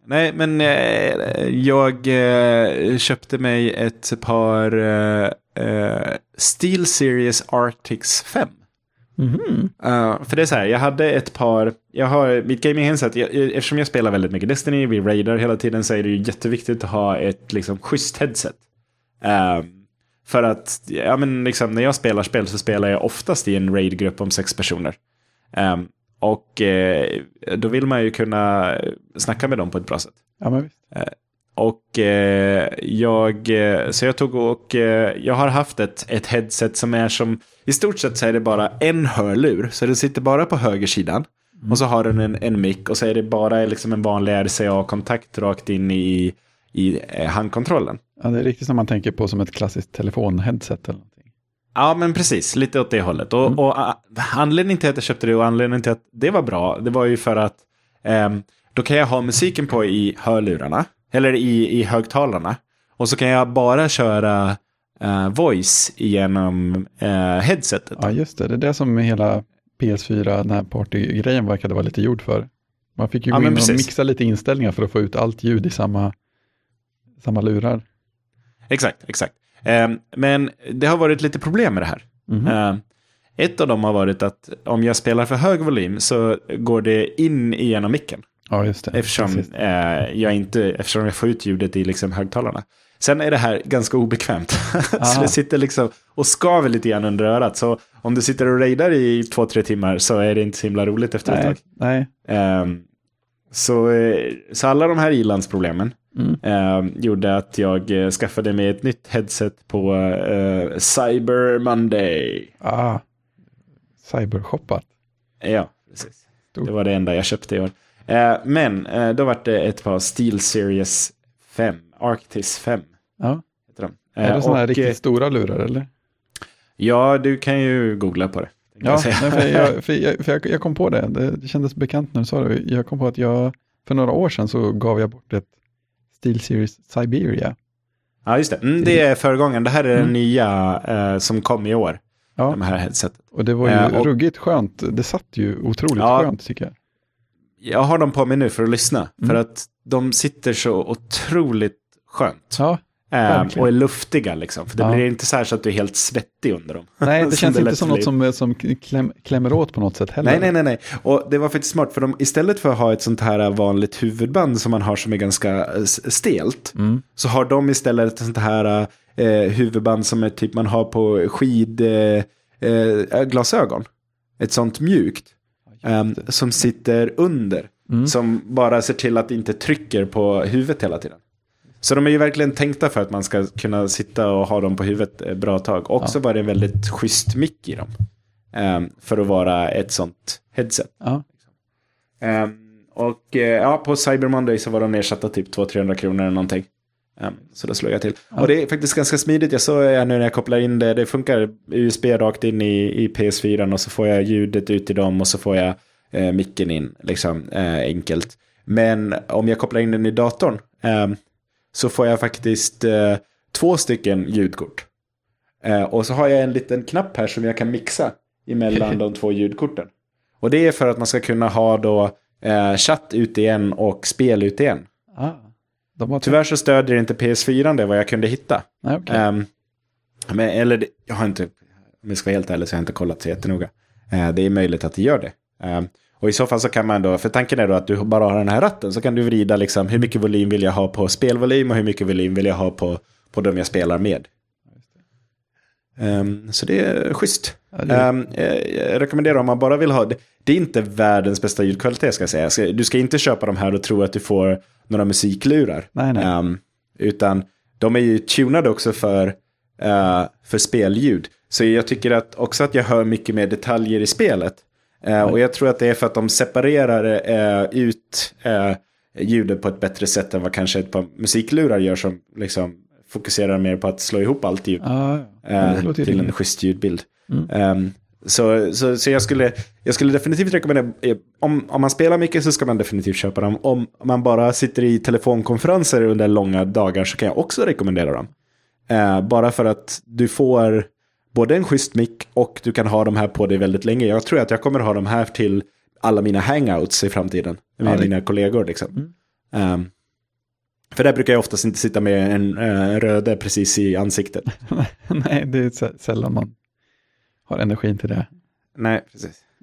Nej, men jag köpte mig ett par SteelSeries Arctis 5. För det är så här, jag hade ett par, jag har mitt gaming headset, eftersom jag spelar väldigt mycket Destiny, vi raidar hela tiden, så är det ju jätteviktigt att ha ett liksom schysst headset. För att, ja men liksom, när jag spelar spel så spelar jag oftast i en raidgrupp om 6 personer. Och då vill man ju kunna snacka med dem på ett bra sätt. Ja, men visst. Så jag tog och jag har haft ett headset som är som, i stort sett så är det bara en hörlur, så det sitter bara på högersidan. Och så har den en mick, och så är det bara liksom en vanlig RCA-kontakt rakt in i handkontrollen. Ja, det är riktigt som man tänker på som ett klassiskt telefonheadset eller någonting. Ja, men precis. Lite åt det hållet. Och anledningen till att jag köpte det och anledningen till att det var bra, det var ju för att då kan jag ha musiken på i hörlurarna, eller i högtalarna. Och så kan jag bara köra voice genom headsetet. Ja, just det. Det är det som hela PS4, den här partygrejen verkade vara lite gjord för. Man fick ju gå in och mixa lite inställningar för att få ut allt ljud i samma lurar. Exakt. Men det har varit lite problem med det här. Ett av dem har varit att om jag spelar för hög volym så går det in genom micken. Ja, just det. Eftersom jag får ut ljudet i liksom högtalarna. Sen är det här ganska obekvämt. Så det sitter liksom och skaver lite grann under örat. Så om du sitter och raidar i 2-3 timmar så är det inte så himla roligt efter ett tag. Nej. Så alla de här ilandsproblemen gjorde att jag skaffade mig ett nytt headset på Cyber Monday. Cybershoppat. Ja, precis. Det var det enda jag köpte i år. Men då var det ett par SteelSeries 5, Arctis 5. Ja. Är det sådana här riktigt stora lurar, eller? Ja, du kan ju googla på det. Ja, jag kom på det. Det kändes bekant när du sa det. Jag kom på att för några år sedan så gav jag bort ett SteelSeries Siberia. Ja, just det. Det är föregången. Det här är den nya som kom i år. Ja. De här headset. Och det var ju ruggigt skönt. Det satt ju otroligt skönt, tycker jag. Jag har dem på mig nu för att lyssna. För att de sitter så otroligt skönt. Ja, och är luftiga liksom. För det blir inte så här så att du är helt svettig under dem. Nej, det känns inte som något som klämmer åt på något sätt heller. Nej. Och det var faktiskt smart, för istället för att ha ett sånt här vanligt huvudband som man har som är ganska stelt, så har de istället ett sånt här huvudband som är typ man har på glasögon. Ett sånt mjukt. Som sitter under. Som bara ser till att det inte trycker på huvudet hela tiden. Så de är ju verkligen tänkta för att man ska kunna sitta och ha dem på huvudet ett bra tag. Och så var det en väldigt schysst mick i dem. För att vara ett sånt headset. På Cyber Monday så var de nedsatta typ 200-300 kronor eller någonting. Så då slår jag till. Och det är faktiskt ganska smidigt. Jag såg nu när jag kopplar in det. Det funkar USB rakt in i PS4. Och så får jag ljudet ut i dem. Och så får jag micken in. Liksom enkelt. Men om jag kopplar in den i datorn. Så får jag faktiskt 2 stycken ljudkort. Och så har jag en liten knapp här som jag kan mixa emellan de 2 ljudkorten. Och det är för att man ska kunna ha då chatt ut igen och spel ut igen. Tyvärr så stödjer inte PS4 det vad jag kunde hitta. Jag har inte, om jag ska vara helt ärlig så har jag inte kollat så jättenoga. Det är möjligt att det gör det. Och i så fall så kan man då, för tanken är då att du bara har den här ratten, så kan du vrida liksom hur mycket volym vill jag ha på spelvolym och hur mycket volym vill jag ha på de jag spelar med. Så det är schysst. Jag rekommenderar om man bara vill ha det. Det är inte världens bästa ljudkvalitet ska jag säga. Du ska inte köpa de här och tro att du får några musiklurar. Nej. Utan de är ju tunade också för spelljud. Så jag tycker att jag hör mycket mer detaljer i spelet. Och jag tror att det är för att de separerar ut ljudet på ett bättre sätt än vad kanske ett par musiklurar gör som liksom fokuserar mer på att slå ihop allt ljud till en schysst ljudbild. Så jag skulle definitivt rekommendera, om man spelar mycket så ska man definitivt köpa dem. Om man bara sitter i telefonkonferenser under långa dagar så kan jag också rekommendera dem. Bara för att du får både en schysst mick och du kan ha de här på dig väldigt länge. Jag tror att jag kommer ha de här till alla mina hangouts i framtiden med mina kollegor liksom. För där brukar jag oftast inte sitta med en röde precis i ansiktet. Nej, det är sällan man har energin till det. Nej, precis.